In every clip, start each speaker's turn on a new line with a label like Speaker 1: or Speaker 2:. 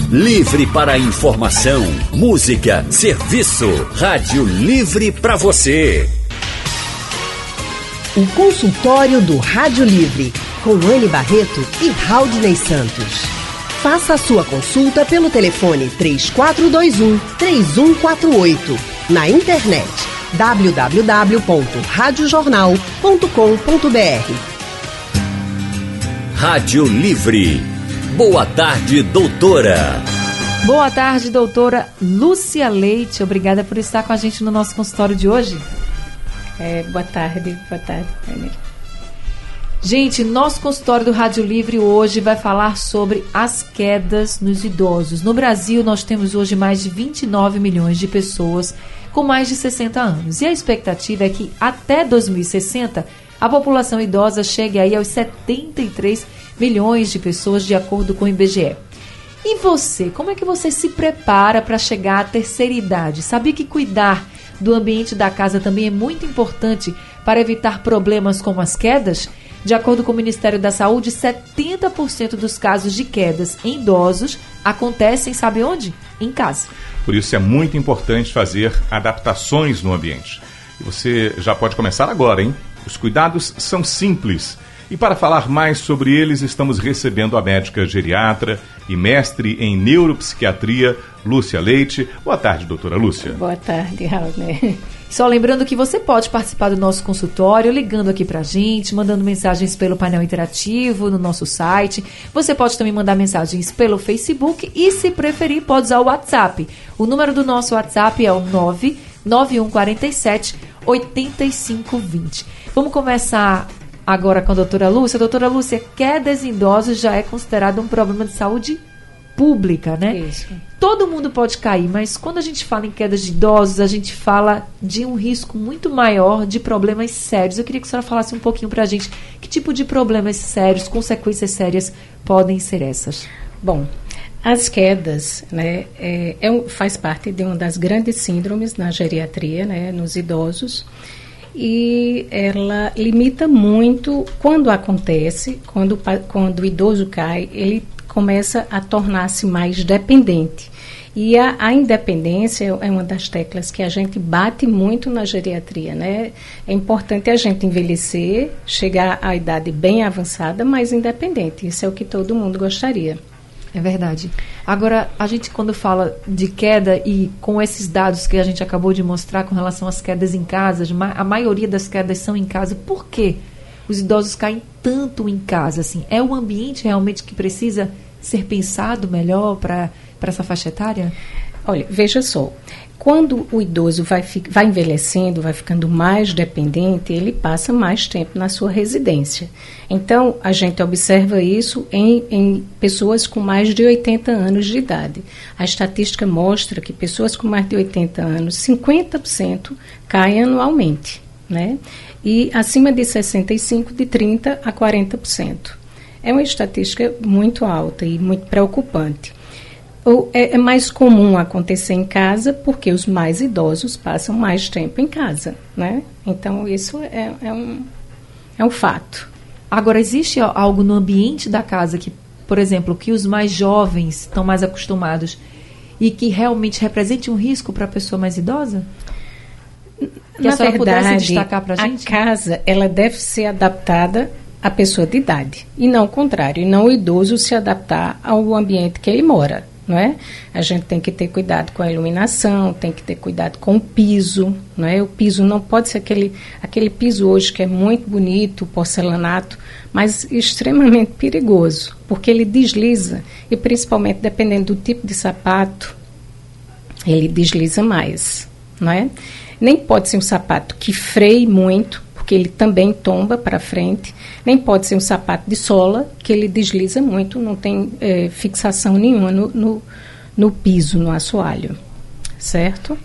Speaker 1: Livre para informação, música, serviço. Rádio Livre para você.
Speaker 2: O consultório do Rádio Livre, com Anne Barreto e Raudney Santos. Faça a sua consulta pelo telefone 3421-3148. Na internet www.radiojornal.com.br.
Speaker 1: Rádio Livre. Boa tarde, doutora.
Speaker 3: Boa tarde, doutora Lúcia Leite. Obrigada por estar com a gente no nosso consultório de hoje.
Speaker 4: Boa tarde.
Speaker 3: Gente, nosso consultório do Rádio Livre hoje vai falar sobre as quedas nos idosos. No Brasil, nós temos hoje mais de 29 milhões de pessoas com mais de 60 anos. E a expectativa é que até 2060 a população idosa chegue aí aos 73 milhões de pessoas, de acordo com o IBGE. E você, como é que você se prepara para chegar à terceira idade? Sabia que cuidar do ambiente da casa também é muito importante para evitar problemas como as quedas? De acordo com o Ministério da Saúde, 70% dos casos de quedas em idosos acontecem, sabe onde? Em casa.
Speaker 5: Por isso é muito importante fazer adaptações no ambiente. E você já pode começar agora, hein? Os cuidados são simples. E para falar mais sobre eles, estamos recebendo a médica geriatra e mestre em neuropsiquiatria, Lúcia Leite. Boa tarde, doutora Lúcia.
Speaker 4: Boa tarde, Raudney.
Speaker 3: Só lembrando que você pode participar do nosso consultório ligando aqui pra gente, mandando mensagens pelo painel interativo no nosso site. Você pode também mandar mensagens pelo Facebook e, se preferir, pode usar o WhatsApp. O número do nosso WhatsApp é o 99147 8520. Vamos começar agora com a doutora Lúcia. Doutora Lúcia, quedas em idosos já é considerado um problema de saúde pública, né?
Speaker 4: Isso.
Speaker 3: Todo mundo pode cair, mas quando a gente fala em quedas de idosos, a gente fala de um risco muito maior de problemas sérios. Eu queria que a senhora falasse um pouquinho pra gente que tipo de problemas sérios, consequências sérias podem ser essas.
Speaker 4: Bom, as quedas, né, faz parte de uma das grandes síndromes na geriatria, né, nos idosos. E ela limita muito quando acontece, quando o idoso cai, ele começa a tornar-se mais dependente. E a independência é uma das teclas que a gente bate muito na geriatria, né? É importante a gente envelhecer, chegar à idade bem avançada, mas independente. Isso é o que todo mundo gostaria.
Speaker 3: É verdade. Agora, a gente quando fala de queda e com esses dados que a gente acabou de mostrar com relação às quedas em casa, a maioria das quedas são em casa. Por que os idosos caem tanto em casa? Assim, é o ambiente realmente que precisa ser pensado melhor para essa faixa etária?
Speaker 4: Olha, veja só. Quando o idoso vai envelhecendo, vai ficando mais dependente, ele passa mais tempo na sua residência. Então, a gente observa isso em pessoas com mais de 80 anos de idade. A estatística mostra que pessoas com mais de 80 anos, 50% caem anualmente, né? E acima de 65, de 30% a 40%. É uma estatística muito alta e muito preocupante. É mais comum acontecer em casa porque os mais idosos passam mais tempo em casa, né? Então, isso é um fato.
Speaker 3: Agora, existe algo no ambiente da casa que, por exemplo, que os mais jovens estão mais acostumados e que realmente represente um risco para a pessoa mais idosa? Que a senhora pudesse destacar para a gente?
Speaker 4: A casa, ela deve ser adaptada à pessoa de idade e não o contrário, e não o idoso se adaptar ao ambiente que ele mora. Não é? A gente tem que ter cuidado com a iluminação, tem que ter cuidado com o piso, não é? O piso não pode ser aquele piso hoje que é muito bonito, porcelanato, mas extremamente perigoso, porque ele desliza e principalmente dependendo do tipo de sapato, ele desliza mais, não é? Nem pode ser um sapato que freie muito, porque ele também tomba para frente, nem pode ser um sapato de sola, que ele desliza muito, não tem fixação nenhuma no piso, no assoalho, certo?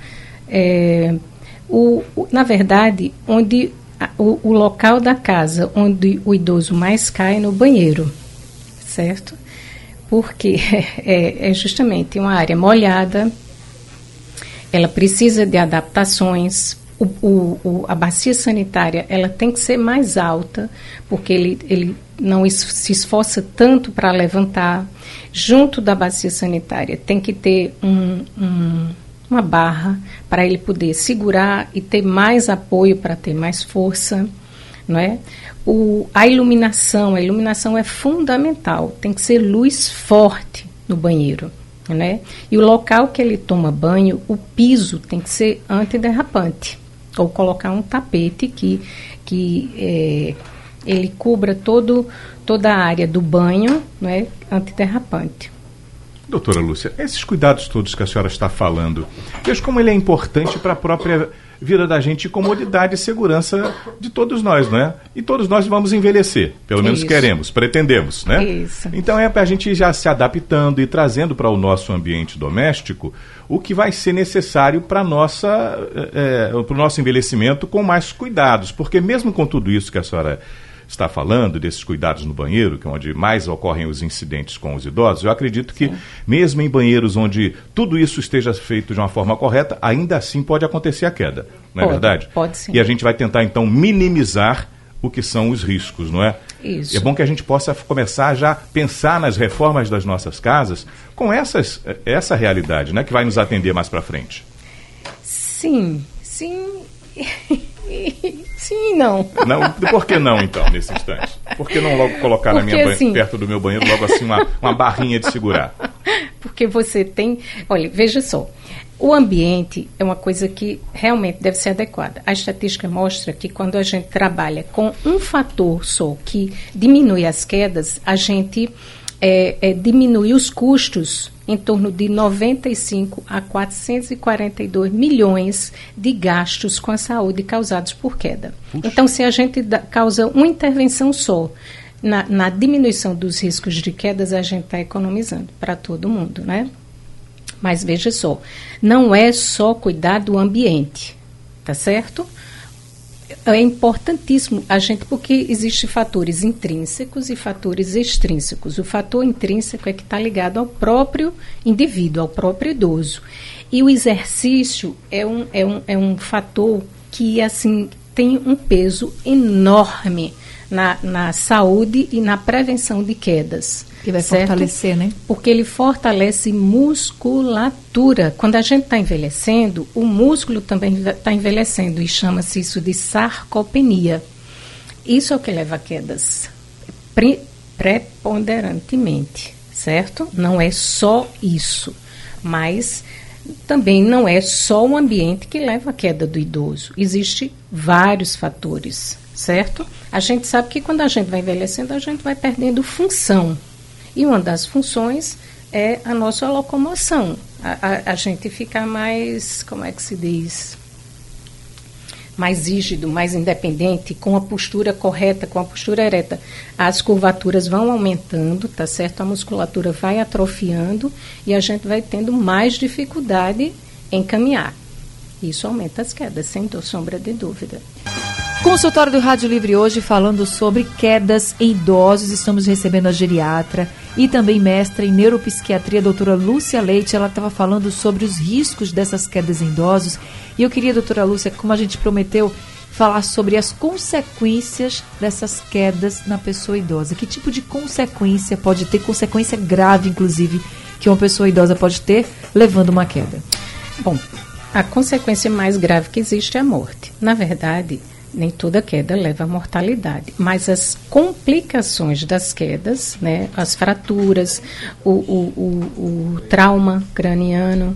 Speaker 4: Na verdade, o local da casa onde o idoso mais cai é no banheiro, certo? Porque é justamente uma área molhada, ela precisa de adaptações. a bacia sanitária ela tem que ser mais alta, porque ele não se esforça tanto para levantar. Junto da bacia sanitária tem que ter uma barra para ele poder segurar e ter mais apoio para ter mais força, não é? A iluminação é fundamental, tem que ser luz forte no banheiro, né? E o local que ele toma banho, o piso tem que ser antiderrapante, ou colocar um tapete que ele cubra toda a área do banho, né, antiderrapante.
Speaker 5: Doutora Lúcia, esses cuidados todos que a senhora está falando, veja como ele é importante para a própria vida da gente, comodidade e segurança de todos nós, não é? E todos nós vamos envelhecer, pelo menos queremos, pretendemos, né? Isso. Então é para a gente já se adaptando e trazendo para o nosso ambiente doméstico o que vai ser necessário para o nosso envelhecimento com mais cuidados, porque mesmo com tudo isso que a senhora está falando, desses cuidados no banheiro, que é onde mais ocorrem os incidentes com os idosos, eu acredito que mesmo em banheiros onde tudo isso esteja feito de uma forma correta, ainda assim pode acontecer a queda, não é verdade?
Speaker 4: Pode sim.
Speaker 5: E a gente vai tentar então minimizar o que são os riscos, não é?
Speaker 4: Isso.
Speaker 5: É bom que a gente possa começar a já pensar nas reformas das nossas casas com essa realidade, né, que vai nos atender mais para frente.
Speaker 4: Sim. Sim, não.
Speaker 5: Por que não, então, nesse instante? Por que não logo colocar perto do meu banheiro, logo assim, uma barrinha de segurar?
Speaker 4: Porque você tem... Olha, veja só. O ambiente é uma coisa que realmente deve ser adequada. A estatística mostra que quando a gente trabalha com um fator só que diminui as quedas, a gente diminui os custos em torno de 95 a 442 milhões de gastos com a saúde causados por queda. Puxa. Então, se a gente causa uma intervenção só na diminuição dos riscos de quedas, a gente está economizando para todo mundo, né? Mas veja só, não é só cuidar do ambiente, tá certo? É importantíssimo a gente, porque existem fatores intrínsecos e fatores extrínsecos. O fator intrínseco é que está ligado ao próprio indivíduo, ao próprio idoso. E o exercício é um fator que, assim, tem um peso enorme na saúde e na prevenção de quedas.
Speaker 3: Que vai fortalecer, né?
Speaker 4: Porque ele fortalece musculatura. Quando a gente está envelhecendo, o músculo também está envelhecendo e chama-se isso de sarcopenia. Isso é o que leva a quedas preponderantemente, certo? Não é só isso, mas também não é só o ambiente que leva à queda do idoso. Existem vários fatores, certo? A gente sabe que quando a gente vai envelhecendo, a gente vai perdendo função. E uma das funções é a nossa locomoção. A gente fica mais, como é que se diz? Mais rígido, mais independente, com a postura correta, com a postura ereta. As curvaturas vão aumentando, tá certo? A musculatura vai atrofiando e a gente vai tendo mais dificuldade em caminhar. Isso aumenta as quedas, sem sombra de dúvida.
Speaker 3: Consultório do Rádio Livre hoje falando sobre quedas em idosos. Estamos recebendo a geriatra e também mestra em neuropsiquiatria, a doutora Lúcia Leite. Ela estava falando sobre os riscos dessas quedas em idosos. E eu queria, doutora Lúcia, como a gente prometeu, falar sobre as consequências dessas quedas na pessoa idosa. Que tipo de consequência pode ter, consequência grave, inclusive, que uma pessoa idosa pode ter levando uma queda?
Speaker 4: Bom, a consequência mais grave que existe é a morte. Na verdade, nem toda queda leva à mortalidade, mas as complicações das quedas, né, as fraturas, o trauma craniano,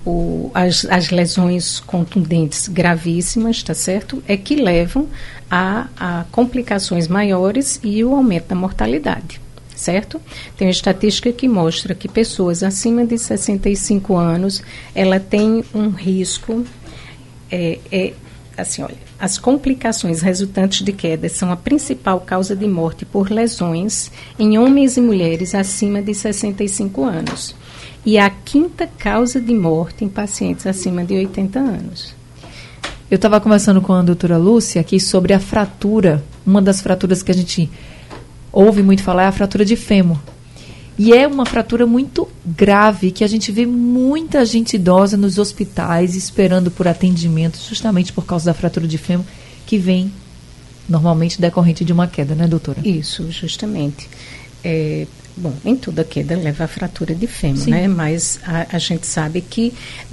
Speaker 4: as lesões contundentes gravíssimas, tá certo? É que levam a complicações maiores e o aumento da mortalidade, certo? Tem uma estatística que mostra que pessoas acima de 65 anos, ela tem um risco, assim, olha, as complicações resultantes de quedas são a principal causa de morte por lesões em homens e mulheres acima de 65 anos. E a quinta causa de morte em pacientes acima de 80 anos.
Speaker 3: Eu estava conversando com a doutora Lúcia aqui sobre a fratura. Uma das fraturas que a gente ouve muito falar é a fratura de fêmur. E é uma fratura muito grave, que a gente vê muita gente idosa nos hospitais esperando por atendimento, justamente por causa da fratura de fêmur, que vem normalmente decorrente de uma queda, né, doutora?
Speaker 4: Isso, justamente. Bom, nem toda queda leva a fratura de fêmur,
Speaker 3: Sim.
Speaker 4: né? Mas a gente sabe que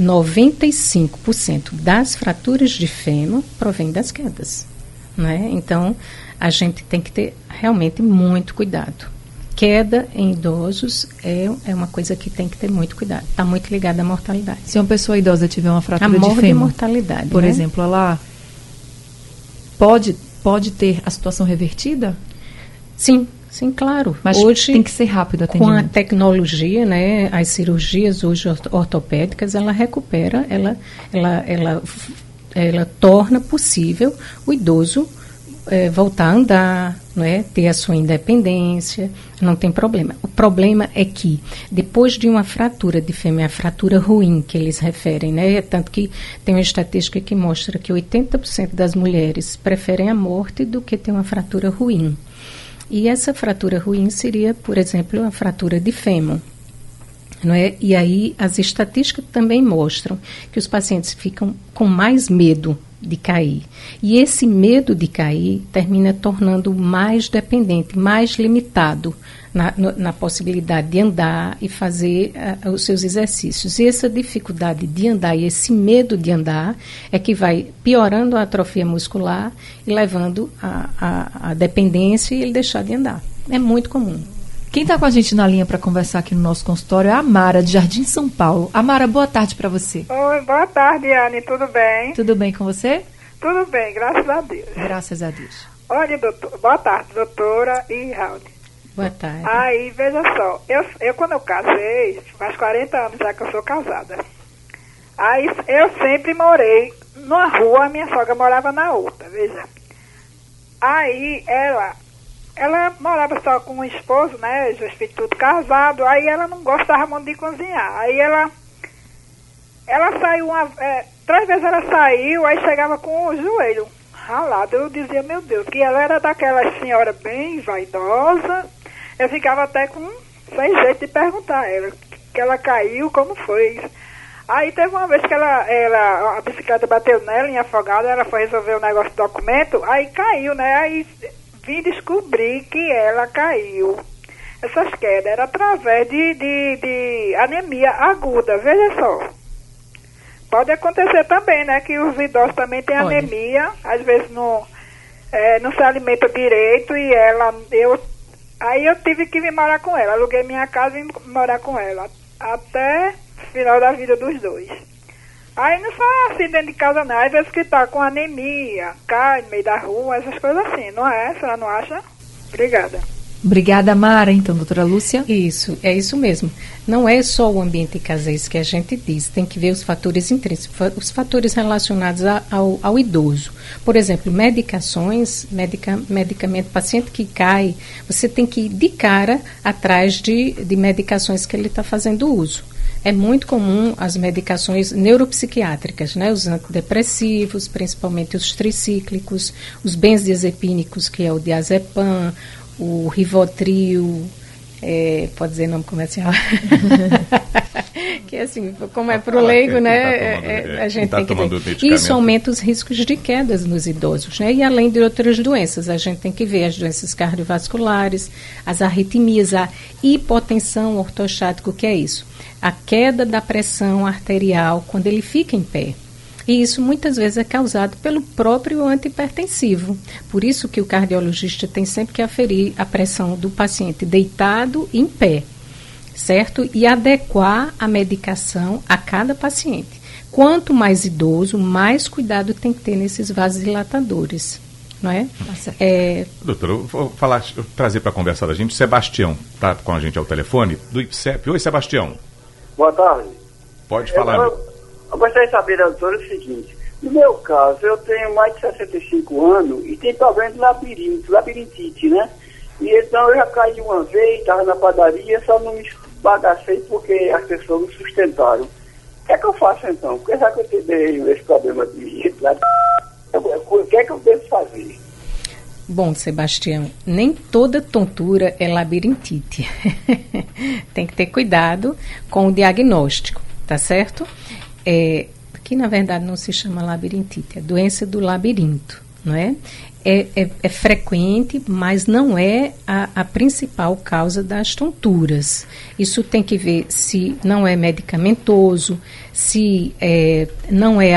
Speaker 4: 95% das fraturas de fêmur provém das quedas, né? Então, a gente tem que ter realmente muito cuidado. Queda em idosos é uma coisa que tem que ter muito cuidado. Está muito ligada à mortalidade.
Speaker 3: Se uma pessoa idosa tiver uma fratura
Speaker 4: A
Speaker 3: de
Speaker 4: morte e
Speaker 3: fêmur,
Speaker 4: mortalidade,
Speaker 3: por
Speaker 4: né?
Speaker 3: exemplo, ela pode ter a situação revertida?
Speaker 4: Sim, claro.
Speaker 3: Mas
Speaker 4: hoje,
Speaker 3: tem que ser rápido o
Speaker 4: com a
Speaker 3: atendimento.
Speaker 4: tecnologia, né, as cirurgias hoje ortopédicas, ela recupera, ela torna possível o idoso voltar a andar, não é? Ter a sua independência, não tem problema. O problema é que, depois de uma fratura de fêmur, a fratura ruim que eles referem, né? Tanto que tem uma estatística que mostra que 80% das mulheres preferem a morte do que ter uma fratura ruim. E essa fratura ruim seria, por exemplo, a fratura de fêmur. Não é? E aí as estatísticas também mostram que os pacientes ficam com mais medo de cair. E esse medo de cair termina tornando mais dependente, mais limitado na possibilidade de andar e fazer os seus exercícios. E essa dificuldade de andar e esse medo de andar é que vai piorando a atrofia muscular e levando a dependência e ele deixar de andar. É muito comum.
Speaker 3: Quem está com a gente na linha para conversar aqui no nosso consultório é a Amara, de Jardim São Paulo. Amara, boa tarde para você.
Speaker 6: Oi, boa tarde, Anne, tudo bem?
Speaker 3: Tudo bem com você?
Speaker 6: Tudo bem, graças a Deus.
Speaker 3: Graças a Deus.
Speaker 6: Olha, boa tarde, doutora e Raul.
Speaker 4: Boa tarde.
Speaker 6: Aí, veja só, eu quando eu casei, faz 40 anos já que eu sou casada, aí eu sempre morei numa rua, minha sogra morava na outra, veja. Aí ela morava só com o esposo, né, os filhos tudo casado, aí ela não gostava muito de cozinhar. Aí ela saiu 3 vezes ela saiu, aí chegava com o joelho ralado. Eu dizia, meu Deus, que ela era daquela senhora bem vaidosa. Eu ficava até sem jeito de perguntar a ela, que ela caiu, como foi isso. Aí teve uma vez que a bicicleta bateu nela em Afogado, ela foi resolver o negócio do documento, aí caiu, né, aí vim descobrir que ela caiu. Essas quedas eram através de anemia aguda, veja só. Pode acontecer também, né, que os idosos também têm anemia, às vezes não se alimenta direito e aí eu tive que vir morar com ela, aluguei minha casa e vim morar com ela, até o final da vida dos dois. Aí não só assim dentro de casa não, às vezes que tá com anemia, cai no meio da rua, essas coisas assim, não é? A senhora não acha? Obrigada.
Speaker 3: Obrigada, Mara. Então, doutora Lúcia?
Speaker 4: Isso, é isso mesmo. Não é só o ambiente caseiro que a gente diz, tem que ver os fatores intrínsecos, os fatores relacionados ao idoso. Por exemplo, medicações, medicamento, paciente que cai, você tem que ir de cara atrás de medicações que ele está fazendo uso. É muito comum as medicações neuropsiquiátricas, né? Os antidepressivos, principalmente os tricíclicos, os benzodiazepínicos, que é o diazepam, o Rivotril, pode dizer nome comercial, que assim, como é para o leigo, né, a gente tem que ver. Isso aumenta os riscos de quedas nos idosos, né, e além de outras doenças, a gente tem que ver as doenças cardiovasculares, as arritmias, a hipotensão ortostática, o que é isso? A queda da pressão arterial quando ele fica em pé. E isso muitas vezes é causado pelo próprio antihipertensivo. Por isso que o cardiologista tem sempre que aferir a pressão do paciente deitado e em pé, certo? E adequar a medicação a cada paciente. Quanto mais idoso, mais cuidado tem que ter nesses vasodilatadores, não é?
Speaker 5: Doutora, eu vou trazer para a conversa da gente, Sebastião está com a gente ao telefone, do IPSEP. Oi, Sebastião.
Speaker 7: Boa tarde.
Speaker 5: Pode falar.
Speaker 7: Eu gostaria de saber, doutora, o seguinte. No meu caso, eu tenho mais de 65 anos e tenho problema de labirintite, né? E então eu já caí uma vez, estava na padaria, só não me bagacei porque as pessoas me sustentaram. O que é que eu faço então? Porque já que eu tenho esse problema de o que é que eu devo fazer?
Speaker 4: Bom, Sebastião, nem toda tontura é labirintite. Tem que ter cuidado com o diagnóstico, tá certo? Que na verdade não se chama labirintite, é doença do labirinto, não é? É frequente, mas não é a principal causa das tonturas. Isso tem que ver se não é medicamentoso, se não é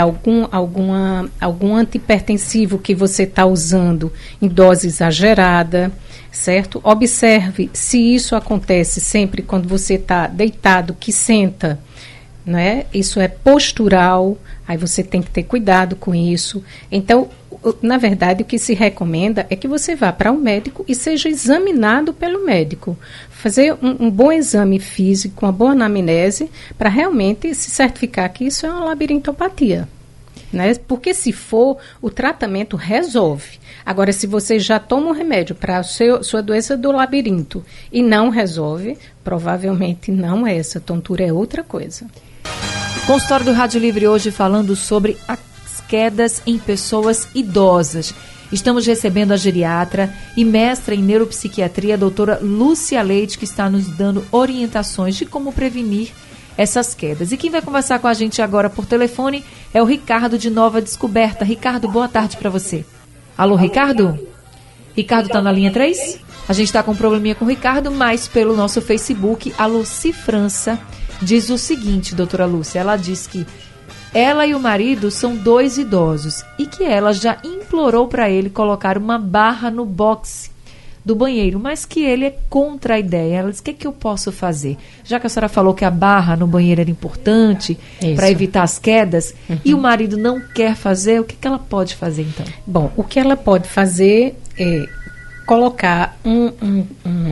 Speaker 4: algum antihipertensivo que você está usando em dose exagerada, certo? Observe se isso acontece sempre quando você está deitado, que senta, não é? Isso é postural, aí você tem que ter cuidado com isso. Então, na verdade, o que se recomenda é que você vá para um médico e seja examinado pelo médico. Fazer um bom exame físico, uma boa anamnese, para realmente se certificar que isso é uma labirintopatia. Né? Porque se for, o tratamento resolve. Agora, se você já toma um remédio para a sua doença do labirinto e não resolve, provavelmente não é essa. Tontura é outra coisa.
Speaker 3: Consultório do Rádio Livre hoje falando sobre as quedas em pessoas idosas. Estamos recebendo a geriatra e mestra em neuropsiquiatria, a doutora Lúcia Leite, que está nos dando orientações de como prevenir essas quedas. E quem vai conversar com a gente agora por telefone é o Ricardo de Nova Descoberta. Ricardo, boa tarde para você. Alô, Ricardo? Ricardo está na linha 3? A gente está com um probleminha com o Ricardo, mas pelo nosso Facebook, a Luci França diz o seguinte, doutora Lúcia, ela diz que ela e o marido são 2 idosos e que ela já implorou para ele colocar uma barra no boxe do banheiro, mas que ele é contra a ideia. Ela diz, o que eu posso fazer? Já que a senhora falou que a barra no banheiro era importante para evitar as quedas, e o marido não quer fazer, o que ela pode fazer então?
Speaker 4: Bom, o que ela pode fazer é colocar um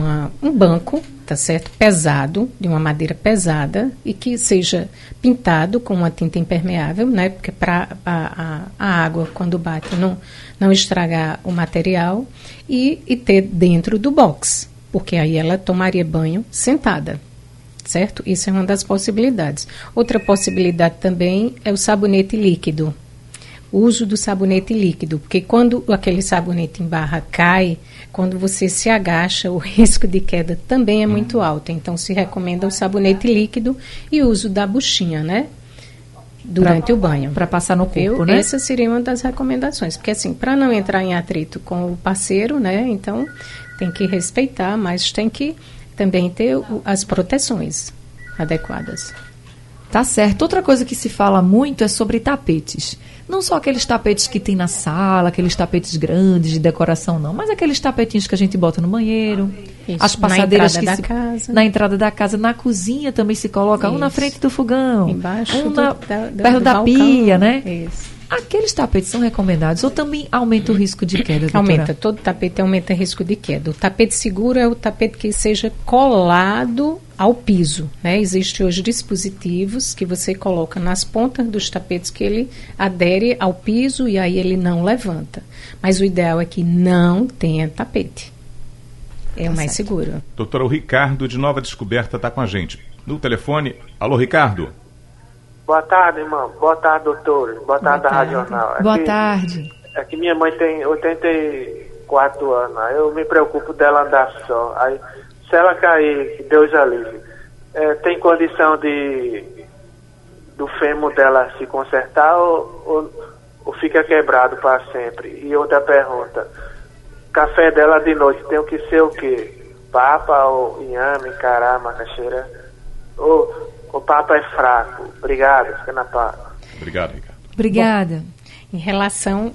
Speaker 4: banco, tá certo? Pesado, de uma madeira pesada e que seja pintado com uma tinta impermeável, né? Porque para a água, quando bate, não estragar o material e ter dentro do box, porque aí ela tomaria banho sentada, certo? Isso é uma das possibilidades. Outra possibilidade também é o sabonete líquido. O uso do sabonete líquido, porque quando aquele sabonete em barra cai, quando você se agacha, o risco de queda também é muito alto. Então, se recomenda o sabonete líquido e o uso da buchinha, né? Durante o banho.
Speaker 3: Para passar no corpo, né?
Speaker 4: Essa seria uma das recomendações. Porque, assim, para não entrar em atrito com o parceiro, né? Então, tem que respeitar, mas tem que também ter as proteções adequadas.
Speaker 3: Tá certo. Outra coisa que se fala muito é sobre tapetes. Não só aqueles tapetes que tem na sala, aqueles tapetes grandes de decoração, não, mas aqueles tapetinhos que a gente bota no banheiro,
Speaker 4: isso,
Speaker 3: as passadeiras
Speaker 4: na
Speaker 3: entrada da casa, na cozinha também se coloca, um na frente do fogão,
Speaker 4: embaixo
Speaker 3: perto da
Speaker 4: balcão,
Speaker 3: pia, né?
Speaker 4: Isso.
Speaker 3: Aqueles tapetes são recomendados ou também aumenta o risco de queda, doutora?
Speaker 4: Aumenta, todo tapete aumenta o risco de queda. O tapete seguro é o tapete que seja colado ao piso, né? Existem hoje dispositivos que você coloca nas pontas dos tapetes que ele adere ao piso e aí ele não levanta. Mas o ideal é que não tenha tapete. É o mais seguro.
Speaker 5: Doutora, o Ricardo de Nova Descoberta está com a gente. No telefone, alô, Ricardo.
Speaker 8: Boa tarde, irmão. Boa tarde, doutor. Boa tarde, da Rádio Jornal.
Speaker 3: Boa tarde.
Speaker 8: É que minha mãe tem 84 anos. Aí eu me preocupo dela andar só. Aí, se ela cair, que Deus a livre, tem condição do fêmur dela se consertar ou fica quebrado para sempre? E outra pergunta. Café dela de noite tem que ser o quê? Papa ou inhame, cará, macaxeira? O papo é fraco. Obrigado, fica na paz.
Speaker 5: Obrigado, Ricardo.
Speaker 3: Obrigada.
Speaker 4: Bom, em relação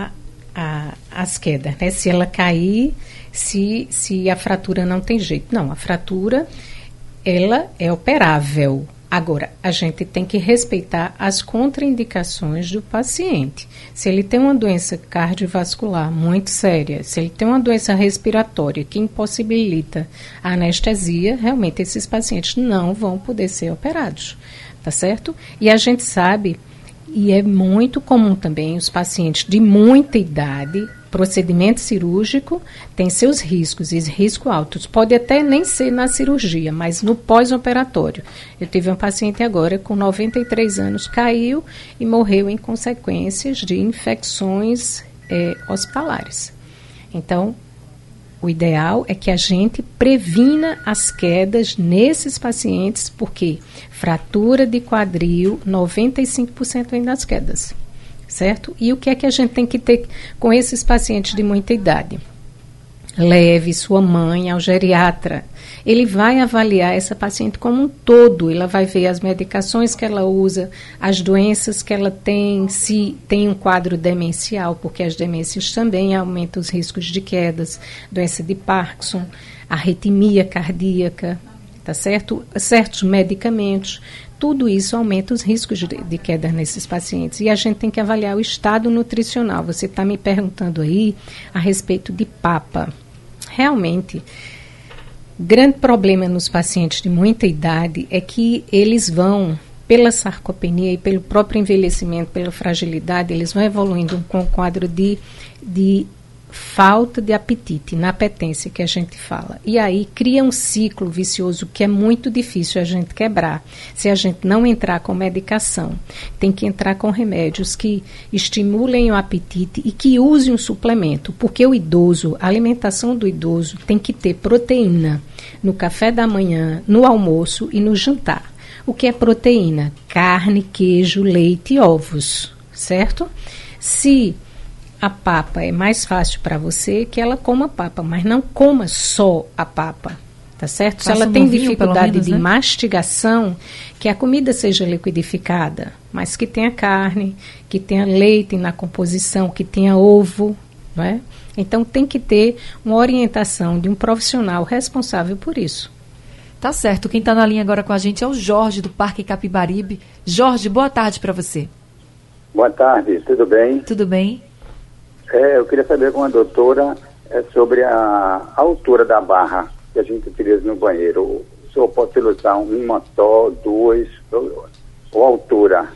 Speaker 4: às quedas, né? Se ela cair, se a fratura não tem jeito. Não, a fratura, ela é operável. Agora, a gente tem que respeitar as contraindicações do paciente. Se ele tem uma doença cardiovascular muito séria, se ele tem uma doença respiratória que impossibilita a anestesia, realmente esses pacientes não vão poder ser operados, tá certo? E a gente sabe, e é muito comum também, os pacientes de muita idade, procedimento cirúrgico tem seus riscos, e riscos altos. Pode até nem ser na cirurgia, mas no pós-operatório. Eu tive um paciente agora com 93 anos, caiu e morreu em consequências de infecções hospitalares. Então, o ideal é que a gente previna as quedas nesses pacientes, porque fratura de quadril, 95% vem das quedas, certo? E o que é que a gente tem que ter com esses pacientes de muita idade? Leve sua mãe ao geriatra. Ele vai avaliar essa paciente como um todo. Ela vai ver as medicações que ela usa, as doenças que ela tem, se tem um quadro demencial, porque as demências também aumentam os riscos de quedas, doença de Parkinson, arritmia cardíaca, tá certo? Certos medicamentos. Tudo isso aumenta os riscos de queda nesses pacientes. E a gente tem que avaliar o estado nutricional. Você está me perguntando aí a respeito de papa. Realmente, grande problema nos pacientes de muita idade é que eles vão, pela sarcopenia e pelo próprio envelhecimento, pela fragilidade, eles vão evoluindo com um quadro de falta de apetite, inapetência que a gente fala. E aí cria um ciclo vicioso que é muito difícil a gente quebrar. Se a gente não entrar com medicação, tem que entrar com remédios que estimulem o apetite e que usem um suplemento, porque o idoso, a alimentação do idoso tem que ter proteína no café da manhã, no almoço e no jantar. O que é proteína? Carne, queijo, leite e ovos, certo? Se a papa é mais fácil para você, que ela coma papa, mas não coma só a papa, tá certo? Se ela tem dificuldade de mastigação, que a comida seja liquidificada, mas que tenha carne, que tenha leite na composição, que tenha ovo, não é? Então tem que ter uma orientação de um profissional responsável por isso.
Speaker 3: Tá certo. Quem está na linha agora com a gente é o Jorge, do Parque Capibaribe. Jorge, boa tarde para você.
Speaker 9: Boa tarde, tudo bem?
Speaker 3: Tudo bem.
Speaker 9: Eu queria saber com a doutora sobre a altura da barra que a gente utiliza no banheiro. O senhor pode usar uma só, duas, ou altura?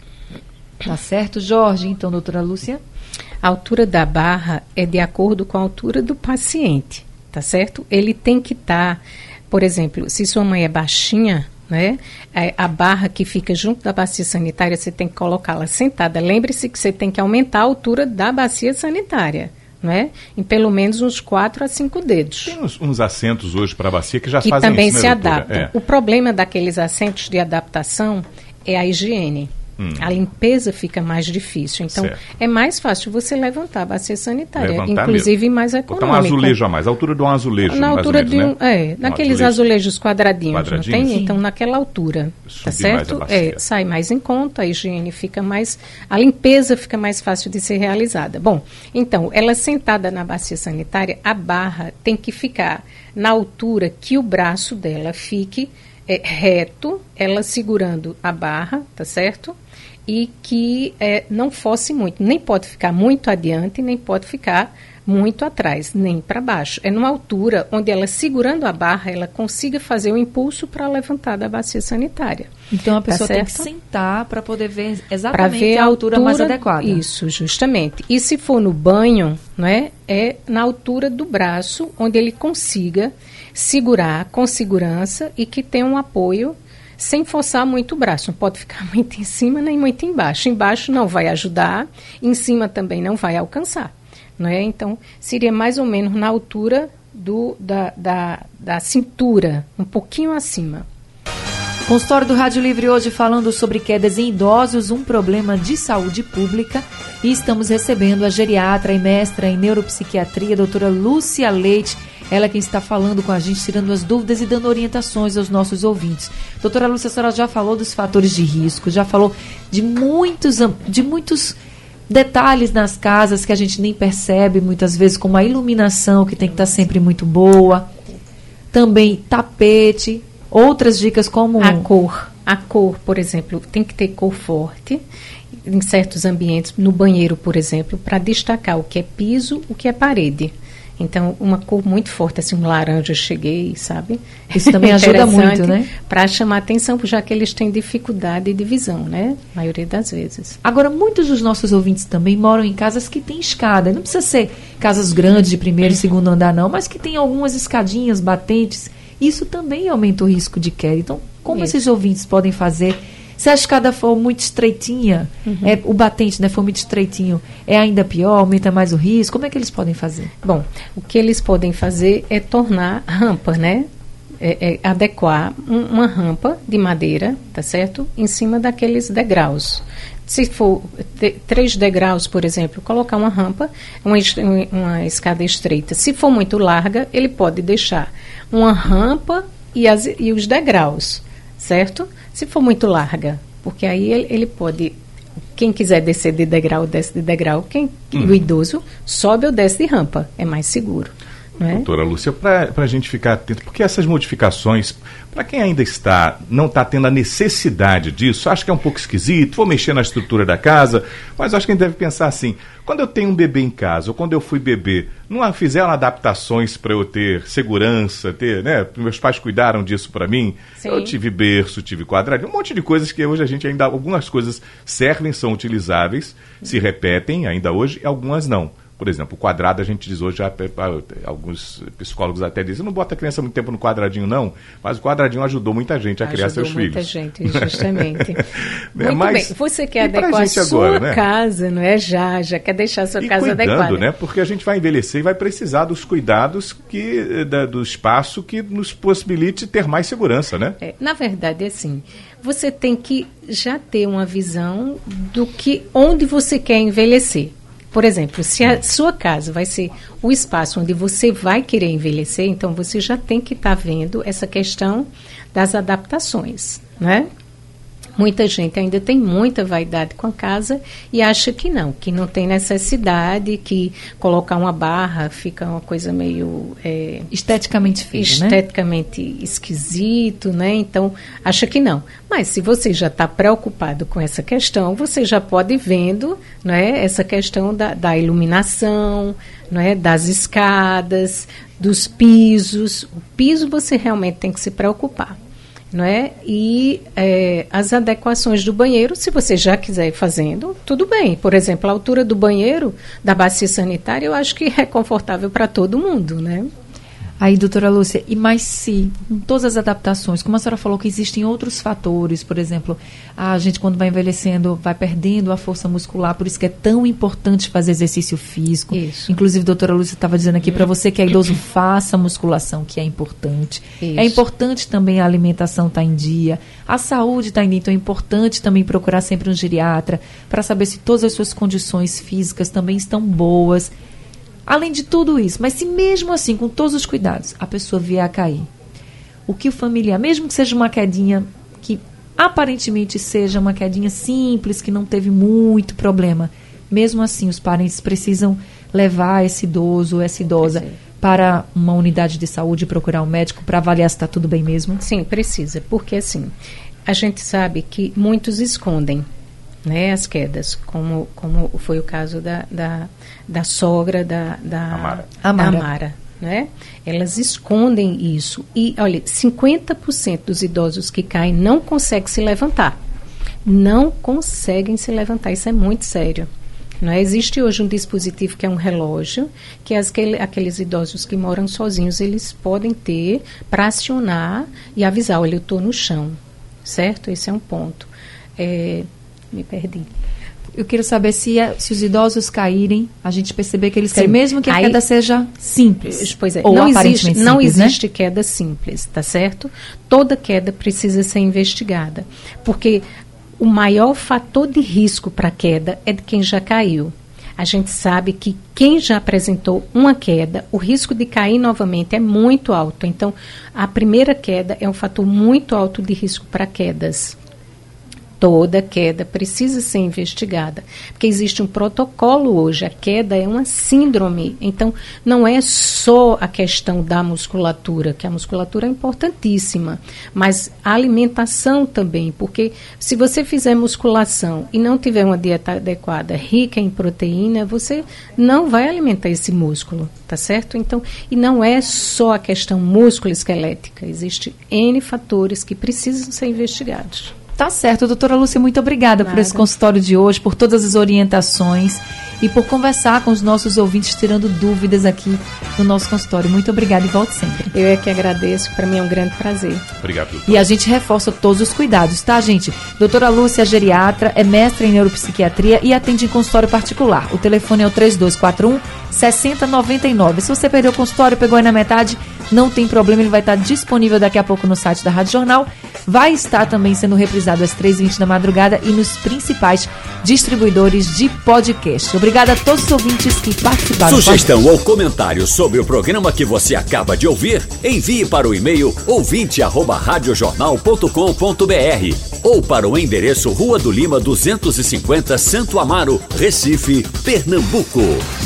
Speaker 3: Tá certo, Jorge. Então, doutora Lúcia?
Speaker 4: A altura da barra é de acordo com a altura do paciente, tá certo? Ele tem que estar, por exemplo, se sua mãe é baixinha, né, a barra que fica junto da bacia sanitária, você tem que colocá-la sentada. Lembre-se que você tem que aumentar a altura da bacia sanitária, né, em pelo menos uns 4 a 5 dedos.
Speaker 5: Tem uns assentos hoje para a bacia que já
Speaker 4: que
Speaker 5: fazem
Speaker 4: também
Speaker 5: isso,
Speaker 4: se
Speaker 5: né, doutora?
Speaker 4: adaptam. O problema daqueles assentos de adaptação é a higiene. A limpeza fica mais difícil. Então, é mais fácil você levantar a bacia sanitária, inclusive mesmo. Mais econômico.
Speaker 5: Botar um azulejo a mais, a altura de um azulejo.
Speaker 4: Na altura de um,
Speaker 5: né?
Speaker 4: naqueles azulejos quadradinhos, não tem? Sim. Então, naquela altura, tá certo? Sai mais em conta, a higiene fica mais, a limpeza fica mais fácil de ser realizada. Bom, então, ela sentada na bacia sanitária, a barra tem que ficar na altura que o braço dela fique reto, ela segurando a barra, tá certo? E que não fosse muito, nem pode ficar muito adiante, nem pode ficar muito atrás, nem para baixo. É numa altura onde ela, segurando a barra, ela consiga fazer o impulso para levantar da bacia sanitária.
Speaker 3: Então a pessoa tem que sentar para poder ver exatamente a altura mais adequada.
Speaker 4: Isso, justamente. E se for no banho, não é na altura do braço, onde ele consiga segurar com segurança e que tenha um apoio sem forçar muito o braço. Não pode ficar muito em cima nem muito embaixo. Embaixo não vai ajudar, em cima também não vai alcançar. Não é? Então, seria mais ou menos na altura da cintura, um pouquinho acima.
Speaker 3: Consultório do Rádio Livre hoje falando sobre quedas em idosos, um problema de saúde pública. E estamos recebendo a geriatra e mestra em neuropsiquiatria, a doutora Lúcia Leite. Ela é quem está falando com a gente, tirando as dúvidas e dando orientações aos nossos ouvintes. Doutora Lúcia, a senhora já falou dos fatores de risco, já falou de muitos detalhes nas casas que a gente nem percebe, muitas vezes, como a iluminação, que tem que estar sempre muito boa. Também tapete, outras dicas como...
Speaker 4: A cor, por exemplo, tem que ter cor forte em certos ambientes, no banheiro, por exemplo, para destacar o que é piso, o que é parede. Então, uma cor muito forte, assim, um laranja, eu cheguei, sabe?
Speaker 3: Isso também ajuda muito, né?
Speaker 4: Para chamar atenção, já que eles têm dificuldade de visão, né? A maioria das vezes.
Speaker 3: Agora, muitos dos nossos ouvintes também moram em casas que têm escada. Não precisa ser casas grandes de primeiro e segundo andar, não, mas que tem algumas escadinhas batentes. Isso também aumenta o risco de queda. Então, como esses ouvintes podem fazer Se a escada for muito estreitinha, o batente, né, for muito estreitinho, é ainda pior, aumenta mais o risco? Como é que eles podem fazer?
Speaker 4: Bom, o que eles podem fazer é tornar rampa, né? Adequar uma rampa de madeira, tá certo? Em cima daqueles degraus. Se for 3 degraus, por exemplo, colocar uma rampa, uma escada estreita. Se for muito larga, ele pode deixar uma rampa e os degraus, certo? Se for muito larga, porque aí ele pode, quem quiser descer de degrau, desce de degrau, o idoso sobe ou desce de rampa, é mais seguro.
Speaker 5: Doutora Lúcia, para a gente ficar atento, porque essas modificações, para quem ainda não está tendo a necessidade disso, acho que é um pouco esquisito, vou mexer na estrutura da casa, mas acho que a gente deve pensar assim, quando eu tenho um bebê em casa, ou quando eu fui bebê, não fizeram adaptações para eu ter segurança, né? Meus pais cuidaram disso para mim, Sim. Eu tive berço, tive quadradinho, um monte de coisas que hoje a gente ainda, algumas coisas servem, são utilizáveis, se repetem ainda hoje, e algumas não. Por exemplo, o quadrado, a gente diz hoje, alguns psicólogos até dizem, não bota a criança muito tempo no quadradinho, não, mas o quadradinho ajudou muita gente a criar seus filhos. Ajudou muita gente, justamente.
Speaker 4: Muito bem, você quer adequar a sua casa, não é? Já quer deixar a sua casa adequada.
Speaker 5: Né? Porque a gente vai envelhecer e vai precisar dos cuidados do espaço que nos possibilite ter mais segurança, né?
Speaker 4: Na verdade, assim, você tem que já ter uma visão onde você quer envelhecer. Por exemplo, se a sua casa vai ser o espaço onde você vai querer envelhecer, então você já tem que estar vendo essa questão das adaptações, né? Muita gente ainda tem muita vaidade com a casa e acha que não tem necessidade, que colocar uma barra fica uma coisa meio...
Speaker 3: esteticamente feio,
Speaker 4: esteticamente esquisito, né? Então, acha que não. Mas se você já está preocupado com essa questão, você já pode ir vendo, né, essa questão da iluminação, né, das escadas, dos pisos. O piso você realmente tem que se preocupar. Não é? E as adequações do banheiro, se você já quiser ir fazendo, tudo bem. Por exemplo, a altura do banheiro, da bacia sanitária, eu acho que é confortável para todo mundo, né?
Speaker 3: Aí, doutora Lúcia, mas se, com todas as adaptações, como a senhora falou que existem outros fatores, por exemplo, a gente quando vai envelhecendo, vai perdendo a força muscular, por isso que é tão importante fazer exercício físico. Isso. Inclusive, a doutora Lúcia estava dizendo aqui para você que é idoso, faça musculação, que é importante. Isso. É importante também a alimentação estar em dia, a saúde estar em dia, então é importante também procurar sempre um geriatra para saber se todas as suas condições físicas também estão boas. Além de tudo isso, mas se mesmo assim, com todos os cuidados, a pessoa vier a cair, o que o familiar, mesmo que seja uma quedinha, que aparentemente seja uma quedinha simples, que não teve muito problema, mesmo assim os parentes precisam levar esse idoso ou essa idosa para uma unidade de saúde e procurar um médico para avaliar se está tudo bem mesmo?
Speaker 4: Sim, precisa, porque assim, a gente sabe que muitos escondem, né, as quedas, como foi o caso da sogra da Amara, né? Elas escondem isso. E, olha, 50% dos idosos que caem não conseguem se levantar. Não conseguem se levantar. Isso é muito sério. Não é? Existe hoje um dispositivo que é um relógio, que aqueles idosos que moram sozinhos, eles podem ter para acionar e avisar, olha, eu estou no chão. Certo? Esse é um ponto. Me perdi.
Speaker 3: Eu quero saber se os idosos caírem, a gente perceber que eles caem, mesmo que a queda seja simples.
Speaker 4: Pois é,
Speaker 3: ou
Speaker 4: não existe queda simples, tá certo? Toda queda precisa ser investigada, porque o maior fator de risco para a queda é de quem já caiu. A gente sabe que quem já apresentou uma queda, o risco de cair novamente é muito alto. Então, a primeira queda é um fator muito alto de risco para quedas. Toda queda precisa ser investigada, porque existe um protocolo hoje, a queda é uma síndrome, então não é só a questão da musculatura, que a musculatura é importantíssima, mas a alimentação também, porque se você fizer musculação e não tiver uma dieta adequada, rica em proteína, você não vai alimentar esse músculo, tá certo? Então, e não é só a questão músculo-esquelética, existe N fatores que precisam ser investigados.
Speaker 3: Tá certo, doutora Lúcia, muito obrigada por esse consultório de hoje, por todas as orientações e por conversar com os nossos ouvintes, tirando dúvidas aqui no nosso consultório. Muito obrigada e volte sempre.
Speaker 4: Eu é que agradeço, para mim é um grande prazer.
Speaker 5: Obrigado, doutora.
Speaker 3: E a gente reforça todos os cuidados, tá, gente? Doutora Lúcia é geriatra, é mestra em neuropsiquiatria e atende em consultório particular. O telefone é o 3241-6099. Se você perdeu o consultório, pegou aí na metade, não tem problema, ele vai estar disponível daqui a pouco no site da Rádio Jornal. Vai estar também sendo reprisado às 3h20 da madrugada e nos principais distribuidores de podcast. Obrigada a todos os ouvintes que participaram.
Speaker 1: Sugestão ou comentário sobre o programa que você acaba de ouvir, envie para o e-mail ouvinte@radiojornal.com.br ou para o endereço Rua do Lima 250, Santo Amaro, Recife, Pernambuco.